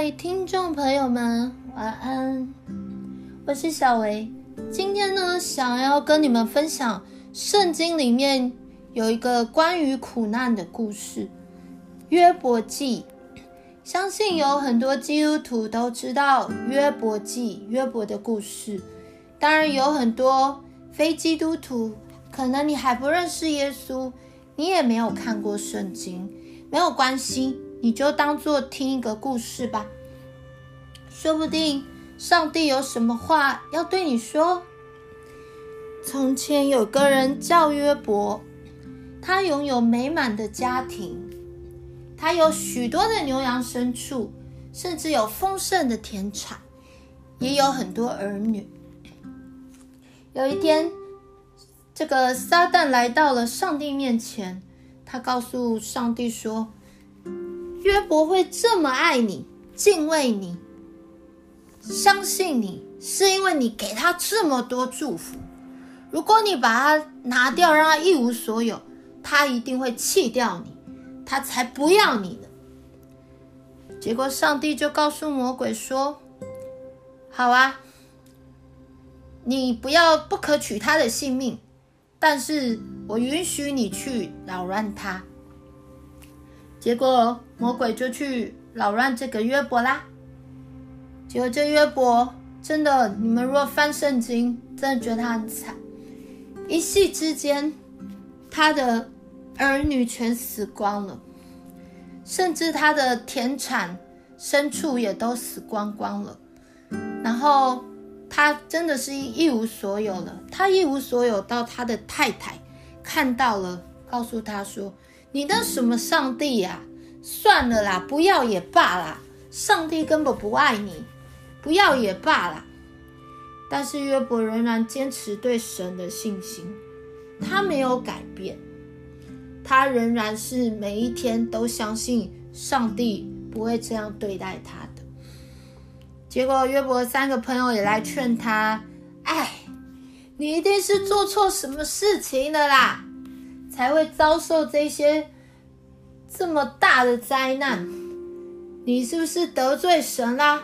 位听众朋友们，晚安，我是小维。今天呢，想要跟你们分享圣经里面有一个关于苦难的故事，约伯记。相信有很多基督徒都知道约伯记，约伯的故事。当然有很多非基督徒，可能你还不认识耶稣，你也没有看过圣经，没有关系，你就当作听一个故事吧。说不定上帝有什么话要对你说。从前有个人叫约伯，他拥有美满的家庭，他有许多的牛羊牲畜，甚至有丰盛的田产，也有很多儿女。有一天，这个撒旦来到了上帝面前，他告诉上帝说，约伯会这么爱你，敬畏你，相信你，是因为你给他这么多祝福。如果你把他拿掉，让他一无所有，他一定会弃掉你，他才不要你呢。结果上帝就告诉魔鬼说，好啊，你不可取他的性命，但是我允许你去扰乱他。结果魔鬼就去扰乱这个约伯啦。结果这约伯真的，你们若翻圣经，真的觉得他很惨。一夕之间，他的儿女全死光了，甚至他的田产牲畜也都死光光了。然后他真的是一无所有了。他一无所有到他的太太看到了，告诉他说，你那什么上帝呀，算了啦，不要也罢啦，上帝根本不爱你，不要也罢啦。但是约伯仍然坚持对神的信心，他没有改变，他仍然是每一天都相信上帝不会这样对待他的。结果约伯3个朋友也来劝他，你一定是做错什么事情了啦，才会遭受这么大的灾难，你是不是得罪神啦？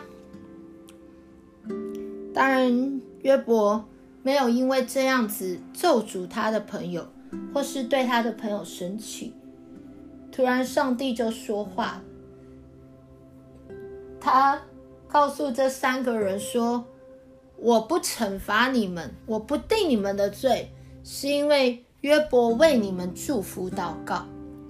当然约伯没有因为这样子咒诅他的朋友，或是对他的朋友生气。突然上帝就说话，他告诉这3个人说，我不惩罚你们，我不定你们的罪，是因为约伯为你们祝福祷告。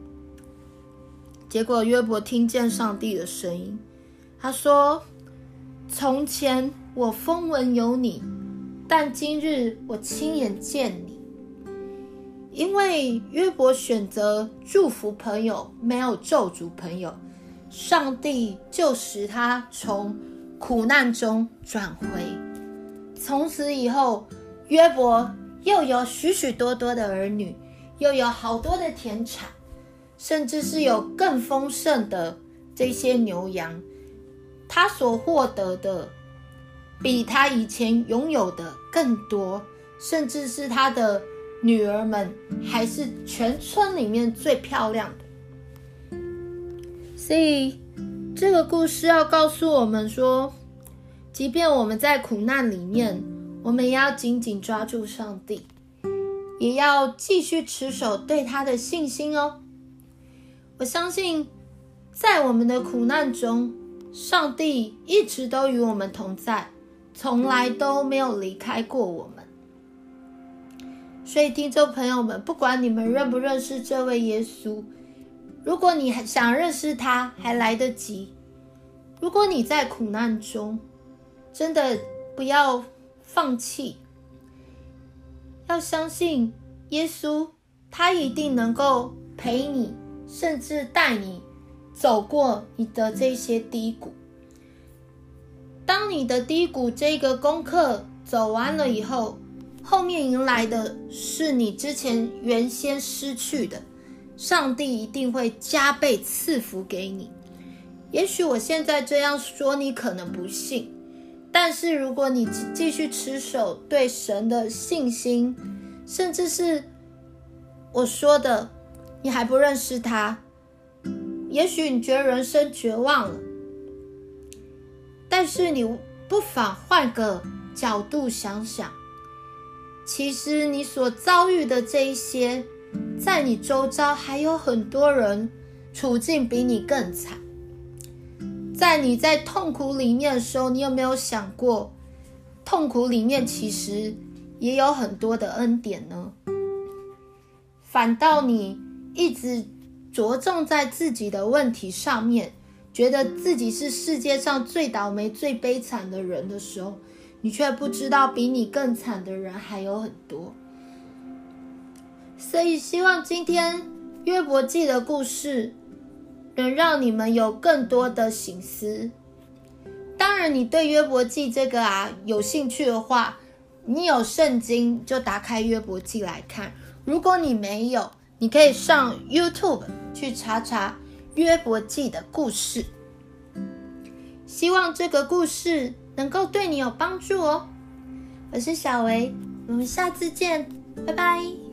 结果约伯听见上帝的声音，他说，从前我风闻有你，但今日我亲眼见你。因为约伯选择祝福朋友，没有咒诅朋友，上帝就使他从苦难中转回。从此以后，约伯又有许许多多的儿女，又有好多的田产，甚至是有更丰盛的这些牛羊。他所获得的比他以前拥有的更多，甚至是他的女儿们还是全村里面最漂亮的。所以这个故事要告诉我们说，即便我们在苦难里面，我们也要紧紧抓住上帝，也要继续持守对他的信心哦。我相信在我们的苦难中，上帝一直都与我们同在，从来都没有离开过我们。所以听众朋友们，不管你们认不认识这位耶稣，如果你想认识他，还来得及。如果你在苦难中，真的不要放弃，要相信耶稣，他一定能够陪你，甚至带你走过你的这些低谷。当你的低谷这个功课走完了以后，后面迎来的是你之前原先失去的，上帝一定会加倍赐福给你。也许我现在这样说你可能不信，但是如果你继续持守对神的信心，甚至是我说的你还不认识他，也许你觉得人生绝望了， 但是你不妨换个角度想想，其实你所遭遇的这一些，在你周遭还有很多人处境比你更惨。在你在痛苦里面的时候，你有没有想过，痛苦里面其实也有很多的恩典呢？反倒你一直着重在自己的问题上面，觉得自己是世界上最倒霉最悲惨的人的时候，你却不知道比你更惨的人还有很多。所以希望今天约伯记的故事能让你们有更多的省思。当然你对约伯记这个有兴趣的话，你有圣经就打开约伯记来看，如果你没有，你可以上 YouTube 去查查约伯记的故事。希望这个故事能够对你有帮助哦。我是小维，我们下次见，拜拜。